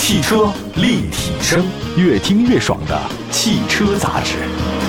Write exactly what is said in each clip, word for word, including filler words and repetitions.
汽车立体声，越听越爽的汽车杂志。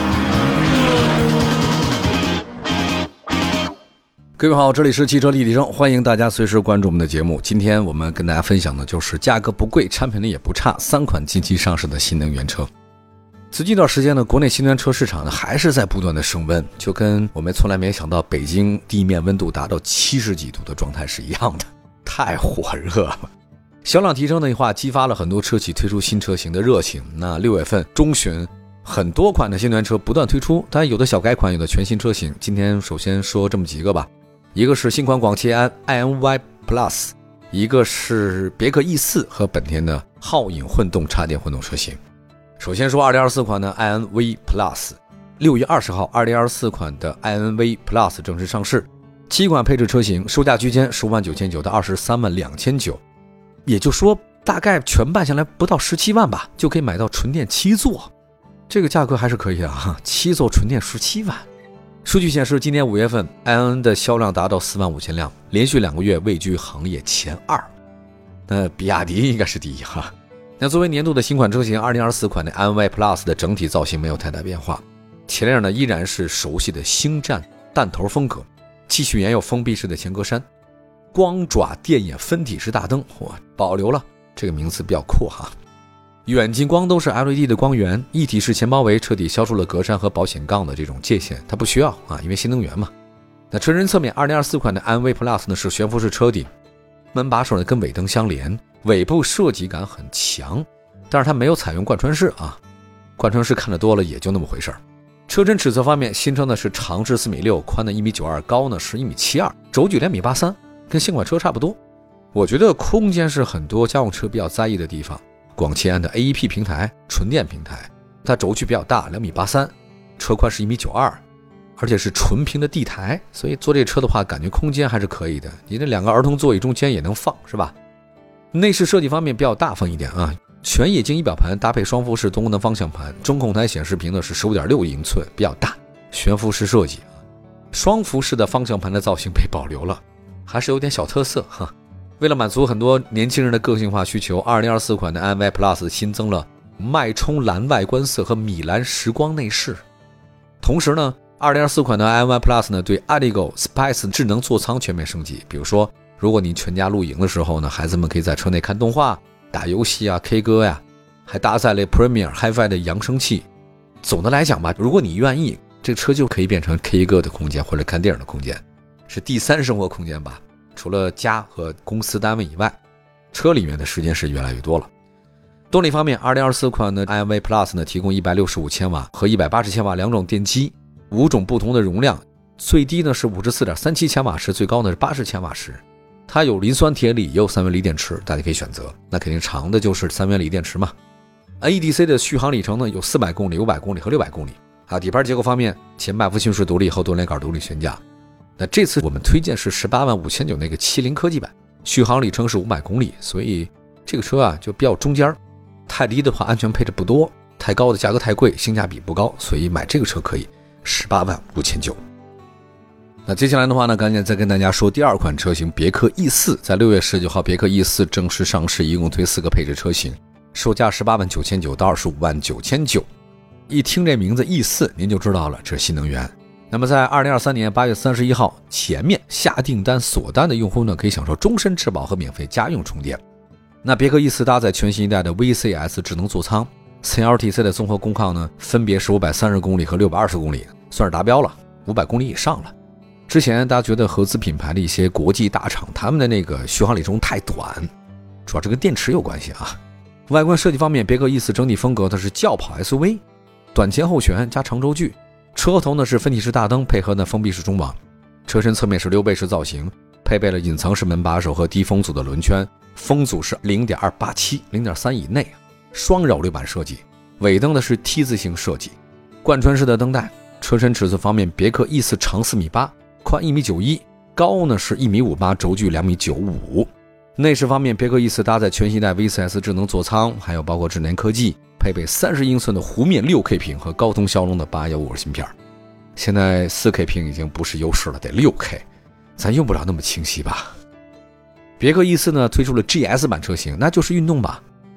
各位好，这里是汽车立体声，欢迎大家随时关注我们的节目。今天我们跟大家分享的就是价格不贵，产品力也不差，三款近期上市的新能源车。最近一段时间呢，国内新能源车市场呢还是在不断的升温，就跟我们从来没想到北京地面温度达到七十几度的状态是一样的，太火热了。销量提升的话，激发了很多车企推出新车型的热情。那六月份中旬，很多款的新能源车不断推出，当然有的小改款，有的全新车型。今天首先说这么几个吧，一个是新款广汽安 I N V Plus， 一个是别克 E 四 和本田的皓影混动插电混动车型。首先说二零二四款的 I N V Plus， 六月二十号二零二四款的 I N V Plus 正式上市，七款配置车型，售价区间十五万九千九到二十三万两千九，也就是说大概全办下来不到十七万吧，就可以买到纯电七座，这个价格还是可以的啊，七座纯电十七万。数据显示，今年五月份 I N 的销量达到四万五千辆，连续两个月位居行业前二。那比亚迪应该是第一哈。那作为年度的新款车型，二零二四款的 I N V Plus 的整体造型没有太大变化，前脸呢依然是熟悉的星战弹头风格，继续沿有封闭式的前格栅，光爪电眼分体式大灯，哇，保留了，这个名字比较酷哈。远近光都是 L E D 的光源，一体式前包围彻底消除了格栅和保险杠的这种界限，它不需要啊，因为新能源嘛。那车身侧面二零二四款的 I N V Plus 呢是悬浮式车顶，门把手呢跟尾灯相连，尾部设计感很强，但是它没有采用贯穿式啊，贯穿式看得多了也就那么回事儿。车身尺寸方面，新车呢是长是四米六，宽的一米九二，高呢是一米七二，轴距两米八三，跟新款车差不多。我觉得空间是很多家用车比较在意的地方。广汽安的 A E P 平台，纯电平台，它轴距比较大，两米八三，车宽是一米九二，而且是纯平的地台，所以坐这车的话，感觉空间还是可以的。你这两个儿童座椅中间也能放，是吧？内饰设计方面比较大方一点啊，全液晶仪表盘搭配双幅式多功能方向盘，中控台显示屏呢是 十五点六英寸，比较大，悬浮式设计，双幅式的方向盘的造型被保留了，还是有点小特色哈。为了满足很多年轻人的个性化需求，二零二四款的 I N V Plus 新增了脉冲蓝外观色和米蓝时光内饰。同时呢，二零二四款的 I N V Plus 呢对 Adigo Spice 智能座舱全面升级。比如说，如果你全家露营的时候呢，孩子们可以在车内看动画、打游戏啊、K 歌呀，还搭载了 Premier Hi-Fi 的扬声器。总的来讲吧，如果你愿意，这个车就可以变成 K 歌的空间或者看电影的空间，是第三生活空间吧。除了家和公司单位以外，车里面的时间是越来越多了。动力方面，二零二四款的 I N V Plus 呢提供一百六十五千瓦和一百八十千瓦两种电机，五种不同的容量，最低呢是 五十四点三七千瓦时，最高呢是八十千瓦时。它有磷酸铁锂，也有三元锂电池，大家可以选择。那肯定长的就是三元锂电池嘛。N E D C 的续航里程呢有四百公里、五百公里和六百公里。啊，底盘结构方面，前麦弗逊式独立，后多连杆独立悬架。那这次我们推荐是十八万五千九那个七零科技版，续航里程是五百公里，所以这个车啊就比较中间，太低的话安全配置不多，太高的价格太贵，性价比不高，所以买这个车可以十八万五千九。那接下来的话呢，赶紧再跟大家说第二款车型别克 E 四， 在六月十九号别克 E 四 正式上市，一共推四个配置车型，售价十八万九千九到二十五万九千九。一听这名字 E 四 您就知道了，这是新能源。那么在二零二三年八月三十一号前面下订单锁单的用户呢，可以享受终身质保和免费家用充电。那别克 E 四 搭载全新一代的 V C S 智能座舱， C L T C 的综合功耗呢分别是五百三十公里和六百二十公里，算是达标了，五百公里以上了。之前大家觉得合资品牌的一些国际大厂，他们的那个续航里程太短，主要这跟电池有关系啊。外观设计方面，别克 E 四 整体风格它是轿跑 S U V， 短前后悬加长轴距，车头呢是分体式大灯，配合呢封闭式中网，车身侧面是溜背式造型，配备了隐藏式门把手和低风阻的轮圈，风阻是 零点二八七， 零点三 以内，双扰流板设计，尾灯呢是 T 字形设计，贯穿式的灯带。车身尺寸方面，别克 E 四 长四米八，宽一米九一，高呢是一米五八，轴距两米九五。内饰方面，别克 E 四 搭载全新一代 V C S 智能座舱，还有包括智能科技，配备三十英寸的弧面 六K 屏和高通骁龙的八一五芯片。现在 四K 屏已经不是优势了，得 六K， 咱用不了那么清晰吧。别克 E 四 呢推出了 G S 版车型，那就是运动版，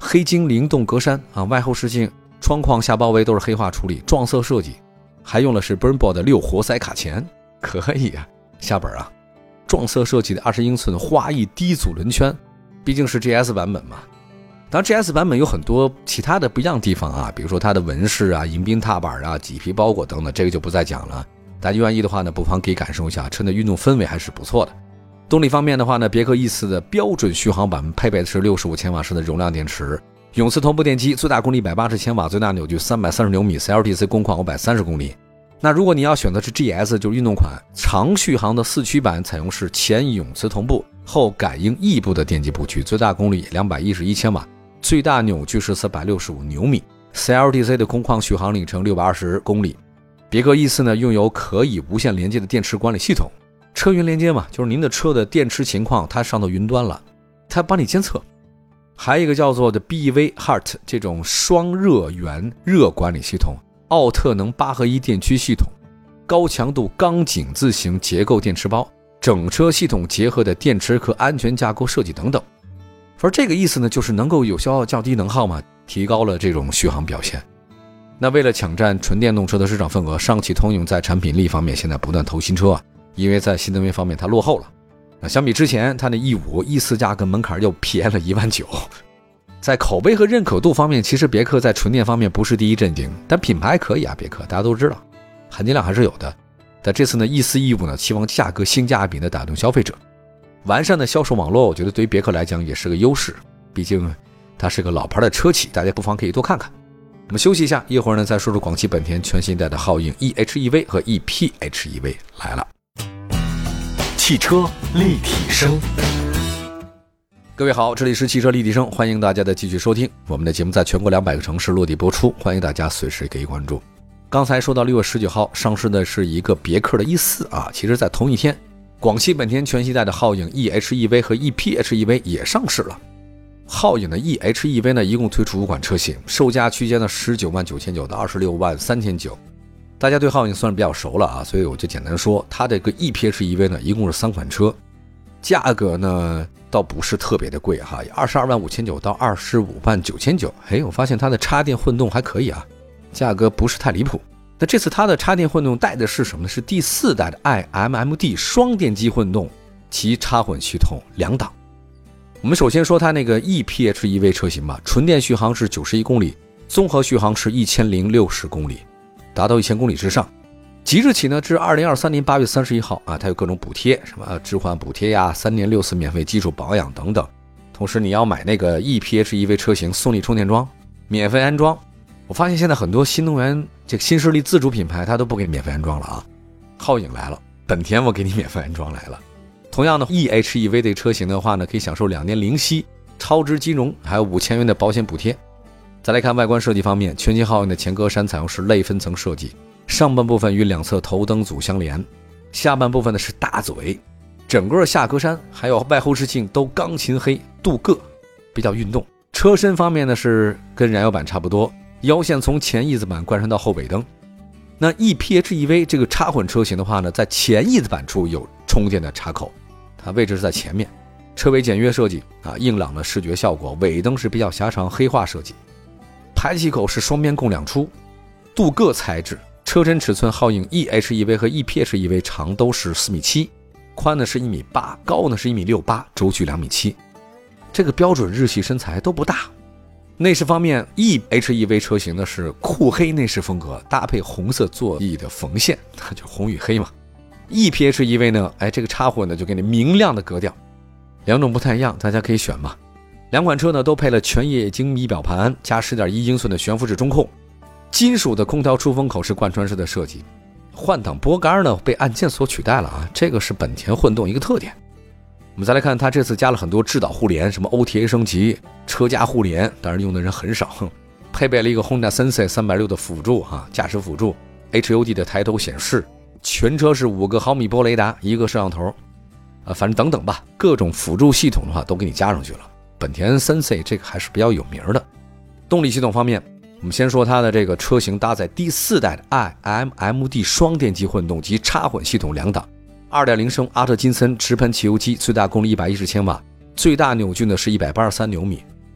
黑金灵动格栅啊，外后视镜、窗框下包围都是黑化处理，撞色设计，还用的是 Brembo 的六活塞卡钳，可以啊，下本啊。撞色设计的二十英寸花翼低阻轮圈，毕竟是 G S 版本嘛。当然 G S 版本有很多其他的不一样的地方啊，比如说它的纹饰啊、迎宾踏板啊、麂皮包裹等等，这个就不再讲了。大家愿意的话呢，不妨可以感受一下，车的运动氛围还是不错的。动力方面的话呢，别克 E 四 的标准续航版配备的是六十五千瓦时的容量电池，永磁同步电机，最大功率一百八十千瓦，最大扭矩三百三十牛米 ，C L T C 工况五百三十公里。那如果你要选择是 G S， 就是运动款长续航的四驱版，采用是前永磁同步后感应异步的电机布局，最大功率两百一十一千瓦，最大扭矩是四百六十五牛米， C L T C 的工况续航里程六百二十公里。别克 E 四 呢，拥有可以无线连接的电池管理系统，车云连接嘛，就是您的车的电池情况，它上到云端了，它帮你监测。还有一个叫做的 B E V Heart 这种双热源热管理系统，奥特能八合一电驱系统，高强度钢井字形结构电池包，整车系统结合的电池壳安全架构设计等等。而这个意思呢，就是能够有效降低能耗嘛，提高了这种续航表现。那为了抢占纯电动车的市场份额，上汽通用在产品力方面现在不断投新车啊，因为在新能源方面它落后了。那相比之前，它的 E 五、E 四 价格门槛又便了一万九。在口碑和认可度方面，其实别克在纯电方面不是第一阵营，但品牌可以啊，别克大家都知道，含金量还是有的。但这次呢 E 四 E 五 呢，期望价格性价比的打动消费者。完善的销售网络，我觉得对于别克来讲也是个优势，毕竟它是个老牌的车企，大家不妨可以多看看。我们休息一下，一会儿呢再说说广汽本田全新一代的皓影 E H E V 和 E P H E V 来了。 汽车立体声， 各位好，这里是汽车立体声，欢迎大家的继续收听。我们的节目在全国两百个城市落地播出，欢迎大家随时给予关注。刚才说到六月十九号上市的是一个别克的 E 四 啊，其实在同一天，广汽本田全新一代的皓影 E H E V 和 E P H E V 也上市了。皓影的 E H E V 呢，一共推出五款车型，售价区间呢十九万九千九到二十六万三千九。大家对皓影算是比较熟了啊，所以我就简单说，它这个 E P H E V 呢，一共是三款车，价格呢倒不是特别的贵哈，二十二万五千九到二十五万九千九。哎，我发现它的插电混动还可以啊，价格不是太离谱。那这次它的插电混动带的是什么呢？是第四代的 I M M D 双电机混动及插混系统两档。我们首先说它那个 E P H E V 车型吧，纯电续航是九十一公里，综合续航是一千零六十公里，达到一千公里之上。即日起呢，至二零二三年八月三十一号啊，它有各种补贴，什么置换补贴呀、三年六次免费基础保养等等。同时你要买那个 E P H E V 车型，送你充电桩，免费安装。我发现现在很多新能源这个新势力自主品牌，它都不给你免费安装了啊。皓影来了，本田我给你免费安装来了。同样的 E H E V 的车型的话呢，可以享受两年零息、超值金融，还有五千元的保险补贴。再来看外观设计方面，全新皓影的前格栅采用是类分层设计，上半部分与两侧头灯组相连，下半部分呢是大嘴，整个下格栅还有外后视镜都钢琴黑镀铬，比较运动。车身方面呢是跟燃油版差不多，腰线从前翼子板贯穿到后尾灯。那 E P H E V 这个插混车型的话呢，在前翼子板处有充电的插口，它位置是在前面。车尾简约设计啊，硬朗的视觉效果，尾灯是比较狭长黑化设计。排气口是双边共两出，镀铬材质。车身尺寸，皓影 E H E V 和 E P H E V 长都是四米七，宽呢是一米八，高呢是一米六八，轴距两米七。这个标准日系身材都不大。内饰方面 ，E H E V 车型呢是酷黑内饰风格，搭配红色座椅的缝线，那就红与黑嘛。E P H E V 呢，哎，这个插混呢就给你明亮的格调，两种不太一样，大家可以选嘛。两款车呢都配了全液晶仪表盘，加 十点一英寸的悬浮式中控，金属的空调出风口是贯穿式的设计，换挡拨杆呢被按键所取代了啊，这个是本田混动一个特点。我们再来看，它这次加了很多智导互联，什么 O T A 升级、车家互联，当然用的人很少，配备了一个 Honda Sensei 三百六十的辅助啊，驾驶辅助 H U D 的抬头显示，全车是五个毫米波雷达，一个摄像头，啊，反正等等吧，各种辅助系统的话都给你加上去了。本田 Sensei 这个还是比较有名的。动力系统方面，我们先说它的这个车型搭载第四代的 I M M D 双电机混动及插混系统两档， 二点零 升阿特金森直喷汽油机，最大功率一百一十千瓦，最大扭矩呢是一百八十三牛米。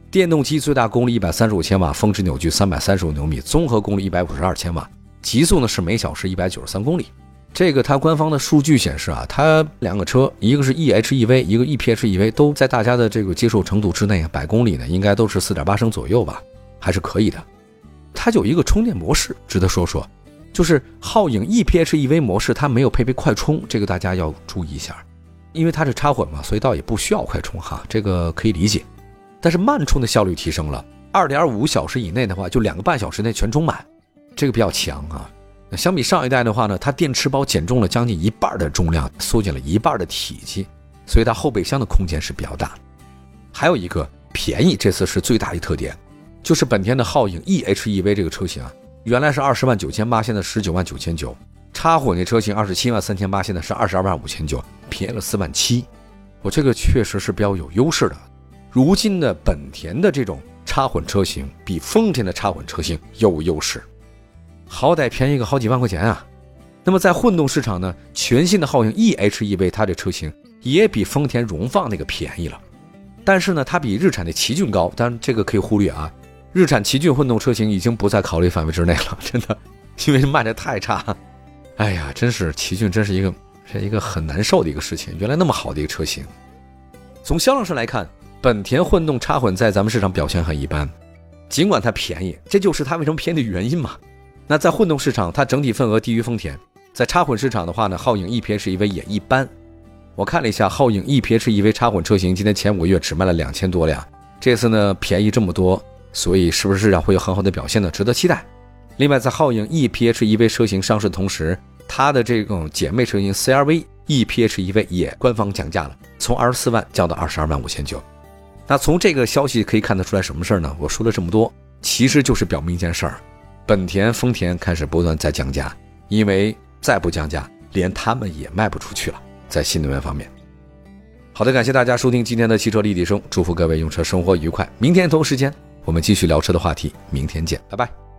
电动机最大功率一百三十五千瓦，峰值扭矩三百三十五牛米，综合功率一百五十二千瓦，极速呢是每小时一百九十三公里。这个它官方的数据显示啊，它两个车，一个是 E H E V， 一个 E P H E V， 都在大家的这个接受程度之内，百公里呢应该都是 四点八 升左右吧，还是可以的。它就有一个充电模式值得说说，就是皓影 E P H E V 模式它没有配备快充，这个大家要注意一下，因为它是插混嘛，所以倒也不需要快充哈，这个可以理解。但是慢充的效率提升了， 二点五小时以内的话就两个半小时内全充满，这个比较强啊。相比上一代的话呢，它电池包减重了将近一半的重量，缩减了一半的体积，所以它后备箱的空间是比较大。还有一个便宜，这次是最大的特点，就是本田的皓影 E H E V 这个车型啊，原来是二十万九千八，现在十九万九千九，插混的车型二十七万三千八，现在是二十二万五千九，便宜了四万七。我这个确实是比较有优势的。如今的本田的这种插混车型比丰田的插混车型有优势，好歹便宜个好几万块钱啊。那么在混动市场呢，全新的皓影 E H E V 它这车型也比丰田荣放那个便宜了，但是呢它比日产的奇骏高，当然这个可以忽略啊，日产奇骏混动车型已经不在考虑范围之内了，真的，因为卖的太差。哎呀，真是奇骏真是一个是一个很难受的一个事情，原来那么好的一个车型。从销量上来看，本田混动插混在咱们市场表现很一般，尽管它便宜，这就是它为什么便宜的原因嘛。那在混动市场它整体份额低于丰田，在插混市场的话呢，皓影 E P H E V 也一般。我看了一下，皓影 E P H E V 插混车型今天前五个月只卖了两千多辆，这次呢便宜这么多，所以是不是市场会有很好的表现呢？值得期待。另外在皓影 E P H E V 车型上市的同时，它的这种姐妹车型 C R V E P H E V 也官方降价了，从二十四万降到二十二万五千九。那从这个消息可以看得出来什么事呢？我说了这么多，其实就是表明一件事儿，本田丰田开始不断在降价，因为再不降价连他们也卖不出去了，在新能源方面。好的，感谢大家收听今天的汽车立体声，祝福各位用车生活愉快。明天同时间我们继续聊车的话题，明天见，拜拜。